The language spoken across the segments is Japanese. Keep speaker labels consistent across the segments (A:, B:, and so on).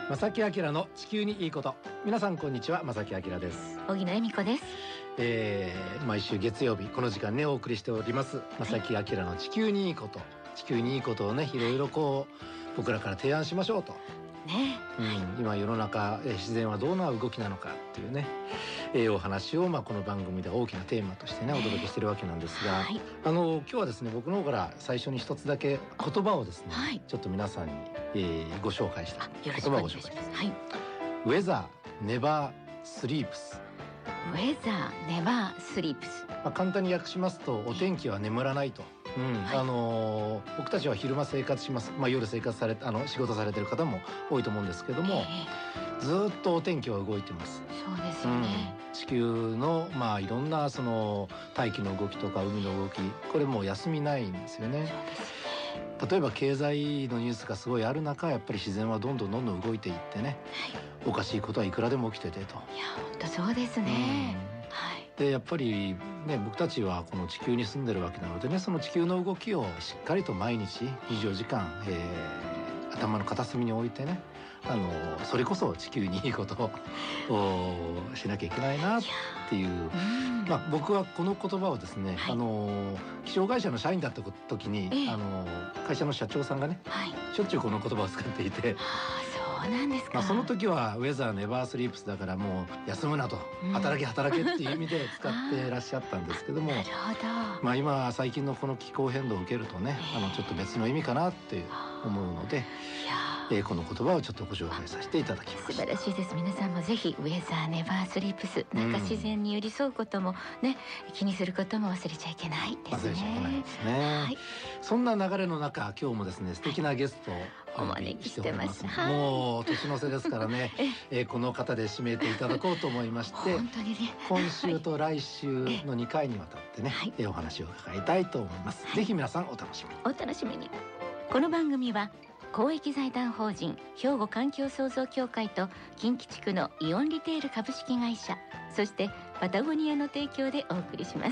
A: 正木明の地球にいいこと。皆さんこんにちは、正木明です。
B: 荻野恵美子です。
A: 毎週月曜日この時間ねお送りしております正木明の地球にいいこと、地球にいいことをねいろいろこう僕らから提案しましょうと
B: ね、
A: 今世の中、自然はどんな動きなのかっていうね、お話を、この番組で大きなテーマとしてねお届けしてるわけなんですが、今日はですね僕の方から最初に一つだけ言葉をですね、ちょっと皆さんに、ご紹介した言葉をご紹介します。ウェザーネバースリープス。
B: ウェザーネバースリープス、
A: 簡単に訳しますとお天気は眠らないと。僕たちは昼間生活します、夜生活され仕事されてる方も多いと思うんですけども、ずっとお天気は動いてます。
B: そうですよね、
A: 地球のいろんなその大気の動きとか海の動き、これもう休みないんですよね。例えば経済のニュースがすごいある中、やっぱり自然はどんどん動いていってね、おかしいことはいくらでも起きててと。
B: いや本当そうですね。
A: でやっぱりね僕たちはこの地球に住んでるわけなのでね、その地球の動きをしっかりと毎日24時間、頭の片隅に置いてね、それこそ地球にいいことをしなきゃいけないなっていう、僕はこの言葉をですね、気象会社の社員だった時に、会社の社長さんがね、しょっちゅうこの言葉を使っていて、
B: そうなんですか。
A: その時はウェザーネバースリープスだからもう休むなと、働けっていう意味で使ってらっしゃったんですけども、
B: なるほど。
A: 今最近のこの気候変動を受けるとね、ちょっと別の意味かなって思うので、この言葉をちょっとご紹介させていただきました。
B: 素晴らしいです。皆さんもぜひウェザーネバースリープス、なんか自然に寄り添うこともね、気にすることも忘れちゃいけないですね。
A: 忘れちゃいけないですね。そんな流れの中、今日もですね素敵なゲストを
B: お招きしてます。
A: もう年の瀬ですからね、この方で締めていただこうと思いまして、
B: 本当にね、
A: 今週と来週の2回にわたってね、お話を伺いたいと思います。ぜひ皆さんお楽しみに。
B: お楽しみに。この番組は公益財団法人兵庫環境創造協会と近畿地区のイオンリテール株式会社、そしてパタゴニアの提供でお送りします。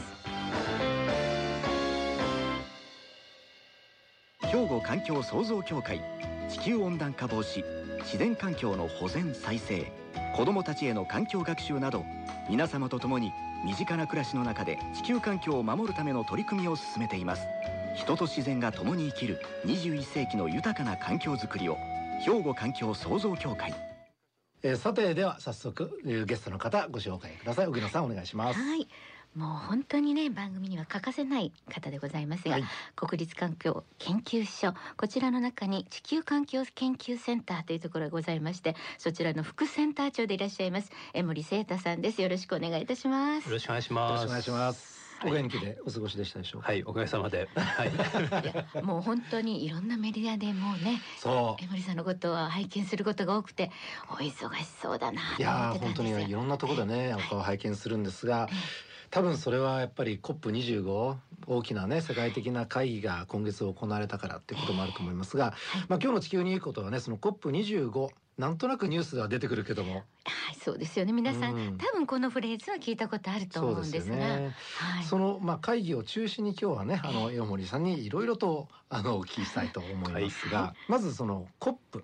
C: 兵庫環境創造協会、地球温暖化防止、自然環境の保全再生、子どもたちへの環境学習など、皆様と共に身近な暮らしの中で地球環境を守るための取り組みを進めています。人と自然が共に生きる21世紀の豊かな環境づくりを、兵庫環境創造協会。
A: さてでは早速ゲストの方ご紹介ください。荻野さんお願いします。
B: もう本当にね番組には欠かせない方でございますが、国立環境研究所、こちらの中に地球環境研究センターというところがございまして、そちらの副センター長でいらっしゃいます江森聖太さんです。よろしくお願いいたします。
D: よろしくお願いします。
A: よろしくお願いします。お元気でお過ごしでしたでしょうか。
D: おかげさまで。
B: いやもう本当にいろんなメディアでもうね、江森さんのことは拝見することが多くて、お忙しそうだなと思ってたんですよ。
A: 本当にいろんなところでね、お顔を拝見するんですが、多分それはやっぱり COP25 大きなね世界的な会議が今月行われたからっていうこともあると思いますが、今日の地球にいいことはね、その COP25 なんとなくニュースでは出てくるけども、
B: そうですよね。皆さん、多分このフレーズは聞いたことあると思うんですが、
A: その会議を中心に今日はね江森さんにいろいろとお聞きしたいと思いますが、まずその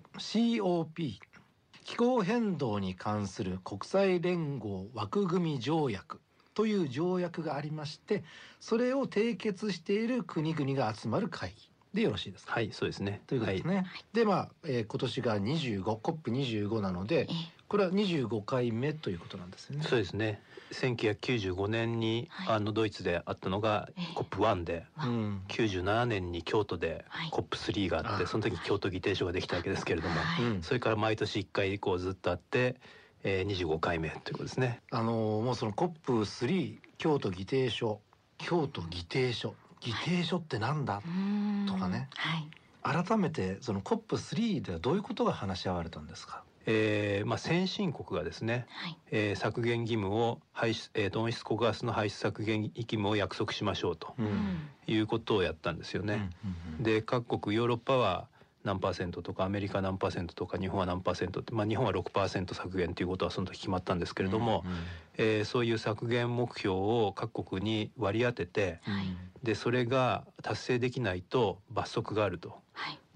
A: COP 気候変動に関する国際連合枠組み条約という条約がありまして、それを締結している国々が集まる会議でよろしいですか。
D: そうですね。
A: ということですね。で今年がCOP25 なので、これは25回目ということなんですよね。
D: そうですね。1995年にドイツであったのが COP1 で、97年に京都で COP3 があって、その時京都議定書ができたわけですけれども、それから毎年1回ずっとあって、25回目ということですね。
A: もうその COP3 京都議定書議定書ってなんだとかね、改めてその COP3 ではどういうことが話し合われたんですか。
D: 先進国がですね、削減義務を温室効果ガスの排出削減義務を約束しましょうということをやったんですよね。で各国ヨーロッパは何パーセントとか、アメリカ何パーセントとか、日本は何パーセントって、日本は 6% 削減ということはその時決まったんですけれども、そういう削減目標を各国に割り当てて、でそれが達成できないと罰則があると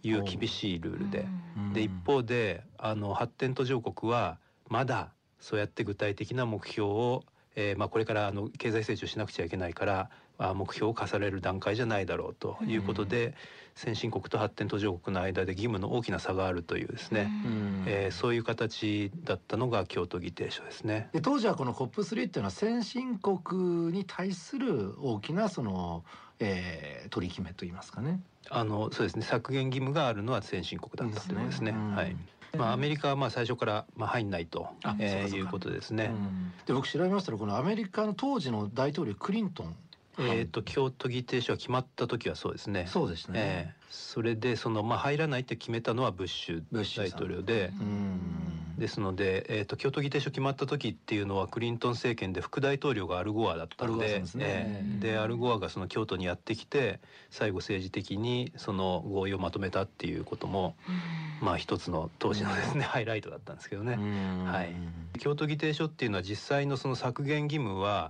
D: いう厳しいルールで、で一方で発展途上国はまだそうやって具体的な目標を、これから経済成長しなくちゃいけないから目標を課される段階じゃないだろうということで、先進国と発展途上国の間で義務の大きな差があるというですね、そういう形だったのが京都議定書ですね。
A: で当時はこの COP3 っていうのは先進国に対する大きな取り決めといいますかね。
D: そうですね、削減義務があるのは先進国だったということですね。はい。アメリカは最初から入んないということですね。
A: で僕調べましたらこのアメリカの当時の大統領クリントン、
D: 京都議定書が決まった時はそうですね。
A: そうですね。
D: それで入らないって決めたのはブッシュ大統領で、ですので、京都議定書決まった時っていうのはクリントン政権で副大統領がアルゴアだったので、でアルゴアが京都にやってきて最後政治的にその合意をまとめたっていうことも、一つの当時のですね、ハイライトだったんですけどね。はい。京都議定書っていうのは実際のその削減義務は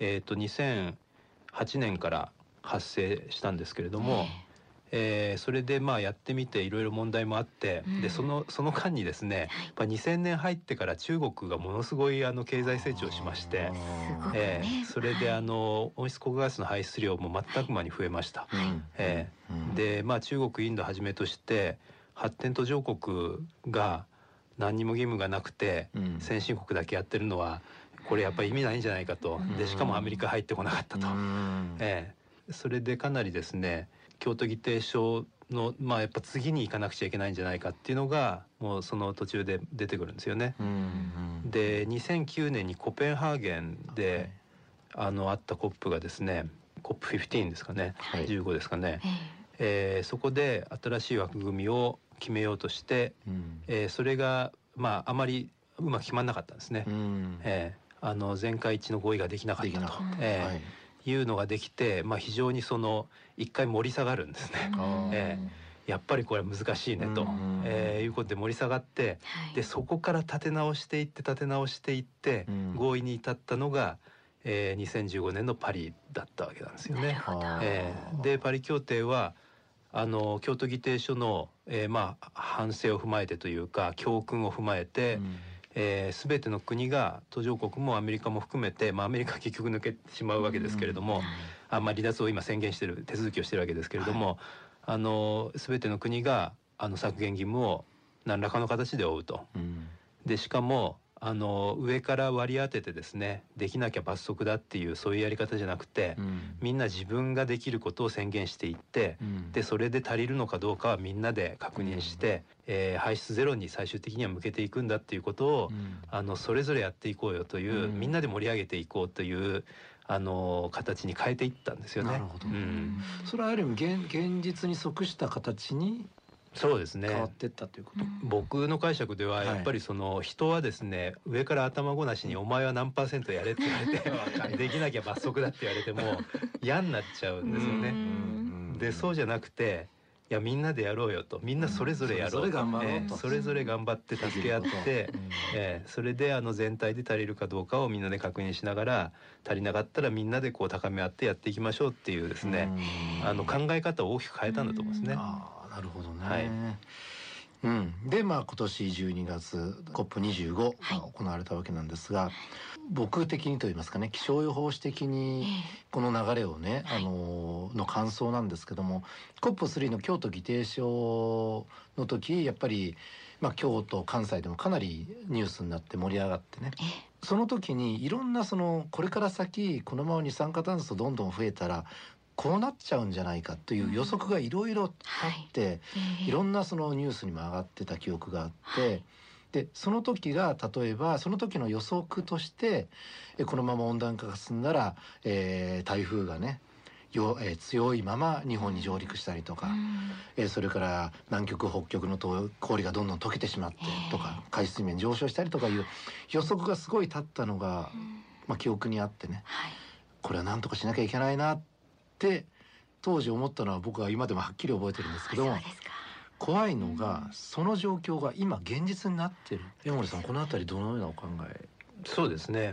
D: 2008年から発生したんですけれども、それでやってみていろいろ問題もあって、でその間にですね、2000年入ってから中国がものすごい経済成長しまして、それで温室効果ガスの排出量も瞬く間に増えました。で中国インドはじめとして発展途上国が何にも義務がなくて、先進国だけやってるのはこれやっぱり意味ないんじゃないかと。でしかもアメリカ入ってこなかったと。それでかなりですね、京都議定書のやっぱ次に行かなくちゃいけないんじゃないかっていうのがもうその途中で出てくるんですよね。で2009年にコペンハーゲンであったコップがですね、COP15 ですかね、15ですかね、そこで新しい枠組みを決めようとして、それがあまりうまく決まんなかったんですね。全会一致の合意ができなかったというのができて、非常に一回盛り下がるんですね。やっぱりこれは難しいねと、いうことで盛り下がって、でそこから立て直していって合意に至ったのが、2015年のパリだったわけなんですよね。でパリ協定は京都議定書の、反省を踏まえてというか教訓を踏まえて、全ての国が途上国もアメリカも含めて、アメリカは結局抜けてしまうわけですけれども、離脱を今宣言してる手続きをしてるわけですけれども、全ての国が削減義務を何らかの形で負うと。でしかも上から割り当ててですね、できなきゃ罰則だっていうそういうやり方じゃなくて、みんな自分ができることを宣言していって、でそれで足りるのかどうかはみんなで確認して、排出ゼロに最終的には向けていくんだっていうことを、それぞれやっていこうよという、みんなで盛り上げていこうという形に変えていったんですよね。
A: なるほど。それはある意味現実に即した形に
D: そうですね、
A: 変わってったということ。
D: 僕の解釈ではやっぱり人はですね、上から頭ごなしにお前は何%やれって言われてできなきゃ罰則だって言われても嫌になっちゃうんですよね。でそうじゃなくて、いやみんなでやろうよと、みんなそれぞれやろうと、それぞれ頑張って助け合って、それで全体で足りるかどうかをみんなで確認しながら、足りなかったらみんなで高め合ってやっていきましょうっていうですね、考え方を大きく変えたんだと思うんですね。
A: なるほどね。で今年12月 COP25 が行われたわけなんですが、僕的にと言いますかね、気象予報士的にこの流れをね、の感想なんですけども、 COP3 の京都議定書の時やっぱり、京都関西でもかなりニュースになって盛り上がってね、その時にいろんなこれから先このまま二酸化炭素どんどん増えたらこうなっちゃうんじゃないかという予測がいろいろあって、いろんなニュースにも上がってた記憶があって、でその時が例えばその時の予測として、このまま温暖化が進んだら、台風がね強いまま日本に上陸したりとか、それから南極北極の氷がどんどん溶けてしまってとか、海水面上昇したりとかいう予測がすごい立ったのが、記憶にあってね、これは何とかしなきゃいけないなって当時思ったのは僕は今でもはっきり覚えてるんですけども、怖いのがその状況が今現実になってる。江森さん、このあたりどのようなお考え？
D: そうですね、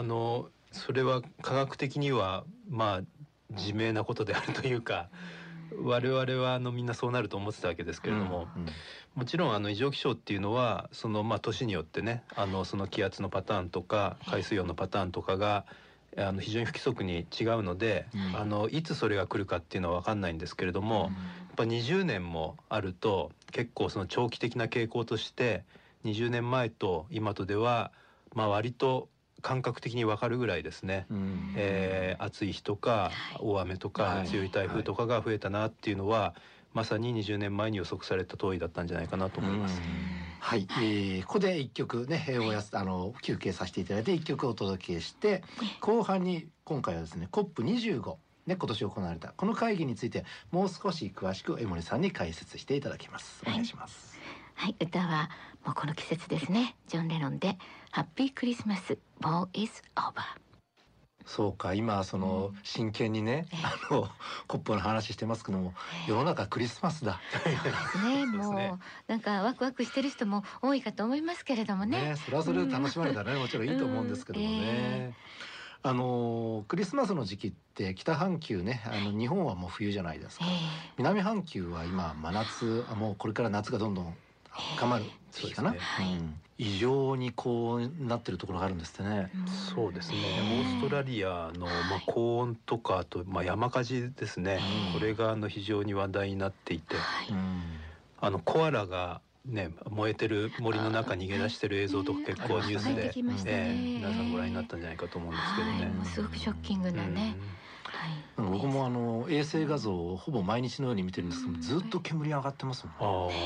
D: それは科学的には自明なことであるというか、 我々はみんなそうなると思ってたわけですけれども、もちろん異常気象っていうのはその年によってねその気圧のパターンとか海水温のパターンとかが非常に不規則に違うので、いつそれが来るかっていうのは分かんないんですけれども、やっぱ20年もあると結構その長期的な傾向として20年前と今とでは割と感覚的に分かるぐらいですね、暑い日とか大雨とか強い台風とかが増えたなっていうのは、まさに20年前に予測された通りだったんじゃないかなと思います。
A: はい、ここで一曲ね休憩させていただいて一曲お届けして、後半に今回はですね COP25 ね、今年行われたこの会議についてもう少し詳しく江森さんに解説していただきます。お願いします。
B: はい、歌はもうこの季節ですね。ジョン・レノンでハッピークリスマス Ball is over。
A: そうか、今その真剣にね、コップの話してますけども、世の中クリスマスだ。
B: そうですね。もうなんかワクワクしてる人も多いかと思いますけれどもね。
A: それはそれで楽しまれたらね、もちろんいいと思うんですけどもね。クリスマスの時期って北半球ね、日本はもう冬じゃないですか。南半球は今真夏、もうこれから夏がどんどん深まる時期かな。異常にこうなってるところがあるんですってね。
D: そうですね。オーストラリアの高温とかあと山火事ですね。これが非常に話題になっていて、コアラがね燃えてる森の中逃げ出してる映像とか結構ニュースで、皆さんご覧になったんじゃないかと思うんですけどね。
B: すごくショッキングなね。
A: 僕も衛星画像をほぼ毎日のように見てるんですけど、ずっと煙上がってますもんね。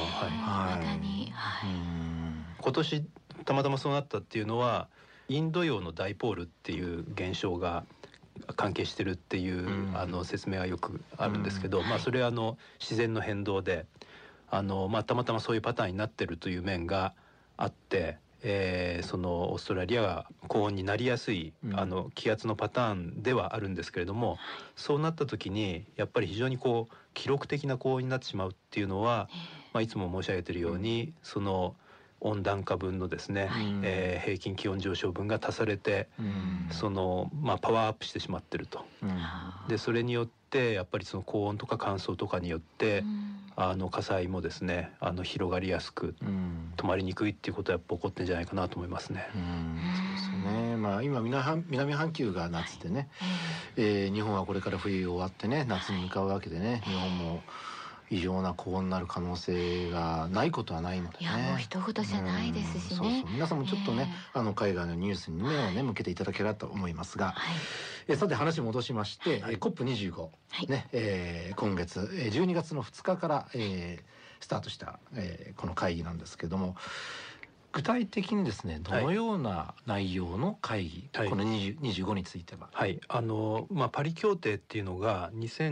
D: 今年たまたまそうなったっていうのはインド洋のダイポールっていう現象が関係してるっていう説明がよくあるんですけど、それは自然の変動でたまたまそういうパターンになってるという面があって、そのオーストラリアが高温になりやすい気圧のパターンではあるんですけれども、そうなった時にやっぱり非常に記録的な高温になってしまうっていうのは、いつも申し上げているようにその温暖化分のですね、平均気温上昇分が足されて、そのパワーアップしてしまってると。でそれによってやっぱりその高温とか乾燥とかによって火災もですね広がりやすく、止まりにくいっていうことはやっぱ起こってんじゃないかなと思いますね。
A: そうですね。今南半球が夏でね、日本はこれから冬終わってね夏に向かうわけでね、日本も異常な高温になる可能性がないことはないのでね。
B: いやもう一言じゃないですしね。
A: 皆さんもちょっとね、海外のニュースに目をね向けていただければと思いますが、さて話戻しまして、COP25、ね、今月12月の2日から、スタートした、この会議なんですけども、具体的にですねどのような内容の会議、この25については。
D: パリ協定っていうのが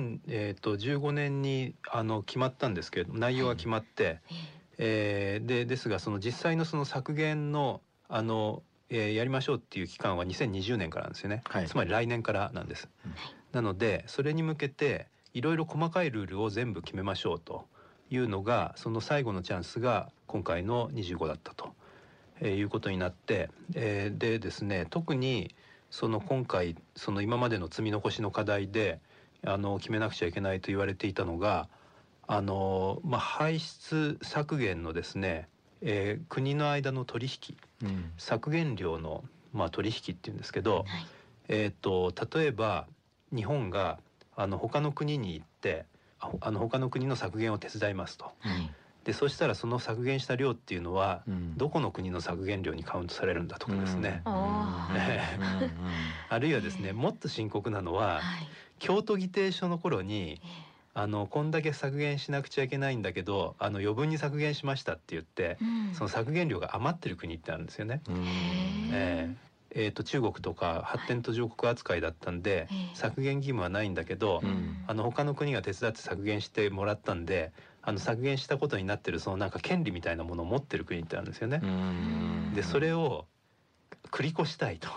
D: 2015年に決まったんですけれども、内容が決まって、ですがその実際のその削減のやりましょうっていう期間は2020年からなんですよね。つまり来年からなんです。なのでそれに向けていろいろ細かいルールを全部決めましょうというのが、その最後のチャンスが今回の25だったと。いうことになって、でですね、特にその今回その今までの積み残しの課題で決めなくちゃいけないと言われていたのが排出削減のですね、国の間の取引、削減量の取引っていうんですけど、例えば日本が他の国に行って他の国の削減を手伝いますと。でそしたらその削減した量っていうのは、どこの国の削減量にカウントされるんだとかですね、あるいはですねもっと深刻なのは、京都議定書の頃にこんだけ削減しなくちゃいけないんだけど余分に削減しましたって言って、その削減量が余ってる国ってあるんですよね。中国とか発展途上国扱いだったんで、削減義務はないんだけど、他の国が手伝って削減してもらったんで削減したことになってるそのなんか権利みたいなものを持ってる国ってあるんですよね。でそれを繰り越したいと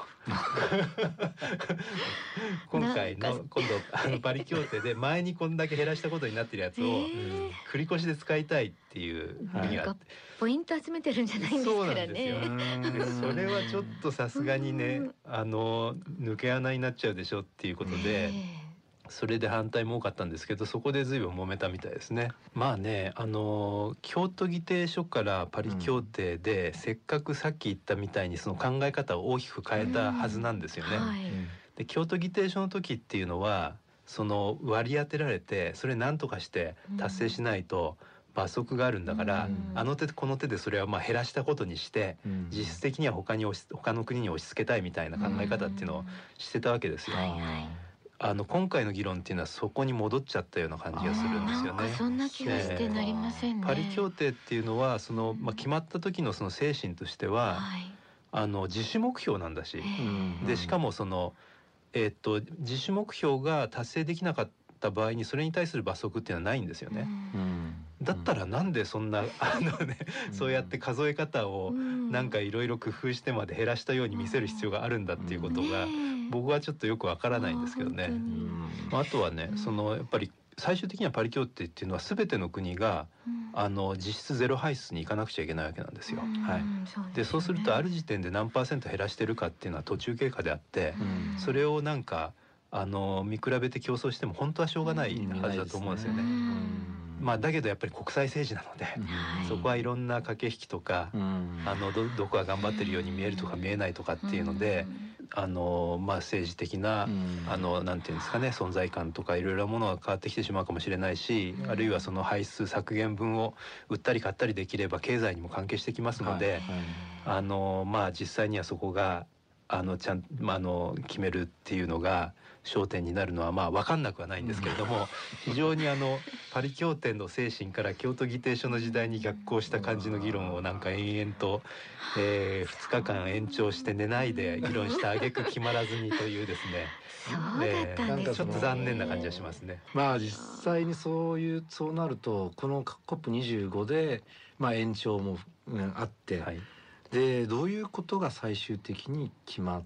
D: 今度パリ協定で前にこんだけ減らしたことになってるやつを繰り越しで使いたいっていう国があって、
B: ポイント集めてるんじゃないんですからね。
D: それはちょっとさすがにね抜け穴になっちゃうでしょっていうことで、 それで反対も多かったんですけど、そこで随分揉めたみたいですね。まあね、京都議定書からパリ協定で、せっかくさっき言ったみたいにその考え方を大きく変えたはずなんですよね。で京都議定書の時っていうのはその割り当てられて、それ何とかして達成しないと罰則があるんだから、あの手この手でそれはまあ減らしたことにして、実質的には他の国に押し付けたいみたいな考え方っていうのをしてたわけですよ。今回の議論っていうのはそこに戻っちゃったような感じがするんですよね。
B: なんかそんな気がしてなりませんね。
D: パリ協定っていうのはその、決まった時のその精神としては、自主目標なんだし、でしかもその、自主目標が達成できなかった場合にそれに対する罰則っていうのはないんですよね。だったらなんでそんなそうやって数え方をなんかいろいろ工夫してまで減らしたように見せる必要があるんだっていうことが僕はちょっとよくわからないんですけどね。あとはね、そのやっぱり最終的にはパリ協定っていうのは全ての国が実質ゼロ排出に行かなくちゃいけないわけなんですよ。でそうするとある時点で何%減らしてるかっていうのは途中経過であって、それをなんか見比べて競争しても本当はしょうがないはずだと思うんですよね。だけどやっぱり国際政治なので、そこはいろんな駆け引きとか、どこが頑張ってるように見えるとか見えないとかっていうので、政治的ななんていうんですかね、存在感とかいろいろなものが変わってきてしまうかもしれないし、あるいはその排出削減分を売ったり買ったりできれば経済にも関係してきますので、実際にはそこがちゃん決めるっていうのが焦点になるのは分かんなくはないんですけれども、非常にパリ協定の精神から京都議定書の時代に逆行した感じの議論をなんか延々と、2日間延長して寝ないで議論した挙句決まらずにというですねちょっと残念な感じがしますね。
A: 実際にそうなるとこの COP25 で延長も、あって、でどういうことが最終的に決まって、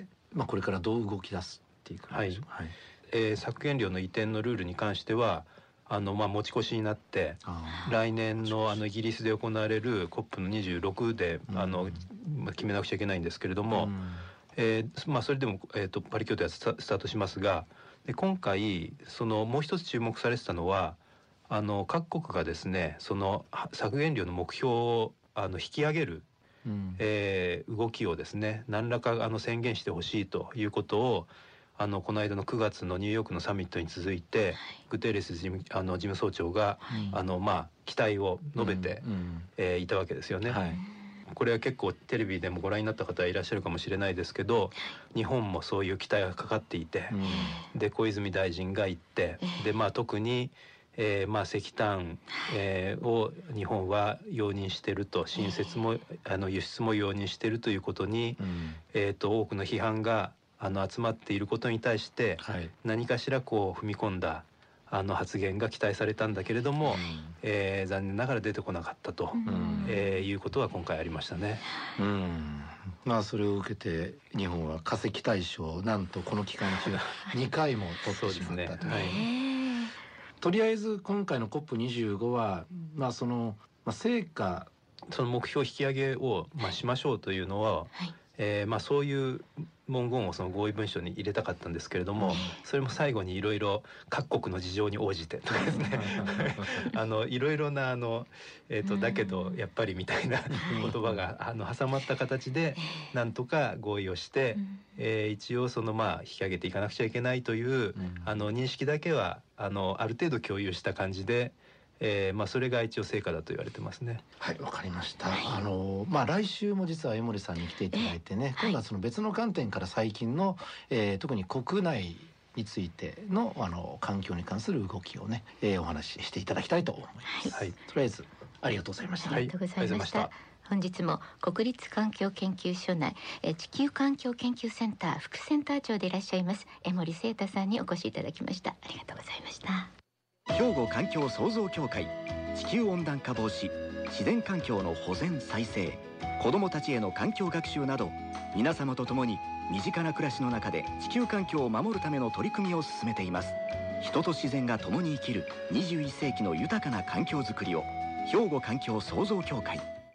A: これからどう動き出すっていう感じでしょう。
D: 削減量の移転のルールに関しては持ち越しになって、来年のイギリスで行われる COP の26で決めなくちゃいけないんですけれども、それでも、パリ協定はスタートしますが、で今回もう一つ注目されてたのは各国がですねその削減量の目標を引き上げる動きをですね何らか宣言してほしいということをこの間の9月のニューヨークのサミットに続いて、グテーレス事務総長が、期待を述べて、いたわけですよね。これは結構テレビでもご覧になった方はいらっしゃるかもしれないですけど、日本もそういう期待がかかっていて、で小泉大臣が言って、で特に石炭、を日本は容認していると、新設も輸出も容認しているということに、多くの批判が集まっていることに対して、何かしら踏み込んだ発言が期待されたんだけれども、残念ながら出てこなかったと、いうことは今回ありましたね。
A: それを受けて日本は化石対象をなんとこの期間中2回も取ってしまったと。とりあえず今回の COP25 はその成果、
D: その目標引き上げをしましょうというのは、そういう文言をその合意文書に入れたかったんですけれども、それも最後にいろいろ各国の事情に応じてとかですねいろいろなだけどやっぱりみたいな言葉が挟まった形でなんとか合意をして、一応引き上げていかなくちゃいけないという認識だけはある程度共有した感じで、それが一応成果だと言われてますね。
A: はい、わかりました。来週も実は江森さんに来ていただいてね、今度はその別の観点から最近の、特に国内についての環境に関する動きをね、お話ししていただきたいと思います。とりあえずありがとうございました。
B: ありがとうございました。本日も国立環境研究所内地球環境研究センター副センター長でいらっしゃいます江森誠太さんにお越しいただきました。ありがとうございました。
C: 兵庫環境創造協会、地球温暖化防止、自然環境の保全再生、子どもたちへの環境学習など、皆様と共に身近な暮らしの中で地球環境を守るための取り組みを進めています。人と自然が共に生きる21世紀の豊かな環境づくりを、兵庫環境創造協会。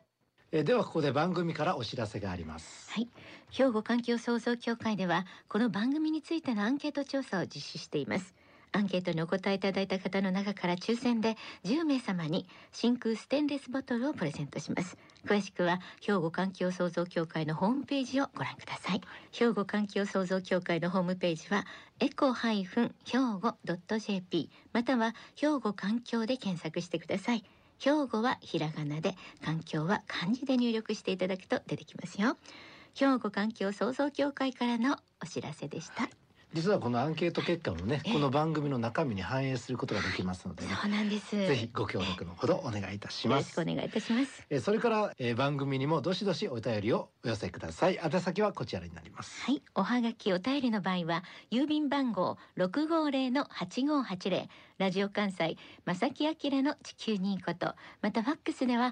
A: ではここで番組からお知らせがあります。
B: はい、兵庫環境創造協会ではこの番組についてのアンケート調査を実施しています。アンケートにお答えいただいた方の中から抽選で10名様に真空ステンレスボトルをプレゼントします。詳しくは兵庫環境創造協会のホームページをご覧ください。兵庫環境創造協会のホームページはエコ兵庫 .jp または兵庫環境で検索してください。兵庫はひらがなで、環境は漢字で入力していただくと出てきますよ。兵庫環境創造協会からのお知らせでした。
A: 実はこのアンケート結果もね、この番組の中身に反映することができますのでね。
B: そうなんです。
A: ぜひご協力のほどお願いいたします。
B: よろしくお願いいたします。
A: それから、番組にもどしどしお便りをお寄せください。宛先はこちらになります。
B: はい、おはがきお便りの場合は郵便番号 650-8580 ラジオ関西正木明の地球にいいこと、またファックスでは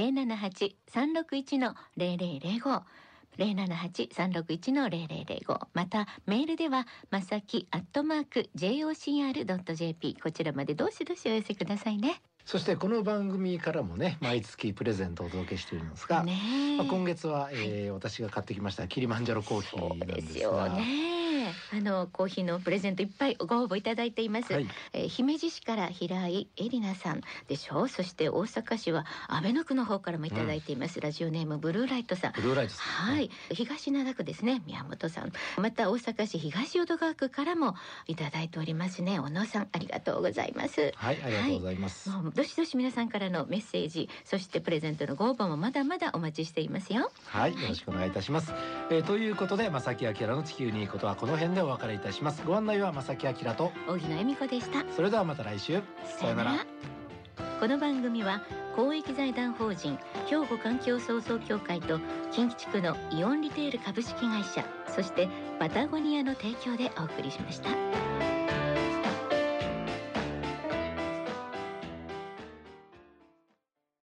B: 078-361-0005078-361-0005 またメールではまさき@jocr.jp こちらまでどしどしお寄せくださいね。
A: そしてこの番組からもね、毎月プレゼントをお届けしているんですが、今月は、私が買ってきましたキリマンジャロコーヒーなんですが、
B: そうですよね。コーヒーのプレゼントいっぱいご応募いただいています。姫路市から平井絵里奈さんでしょう。そして大阪市は阿倍野区の方からもいただいています。ラジオネームブルーライトさん。
A: ブルーライトさん。
B: はい。東灘区ですね。宮本さん。また大阪市東淀川区からもいただいておりますね。小野さん、ありがとうございます。
A: はい、ありがとうございます。
B: どしどし皆さんからのメッセージ、そしてプレゼントのご応募もまだまだお待ちしていますよ。
A: はい、よろしくお願いいたします。ということで正木明の地球にいいことはこの辺でお別れいたします。ご案内は正木明と
B: 荻野恵美子でした。
A: それではまた来週。さよなら。
B: この番組は公益財団法人兵庫環境創造協会と近畿地区のイオンリテール株式会社、そしてパタゴニアの提供でお送りしました。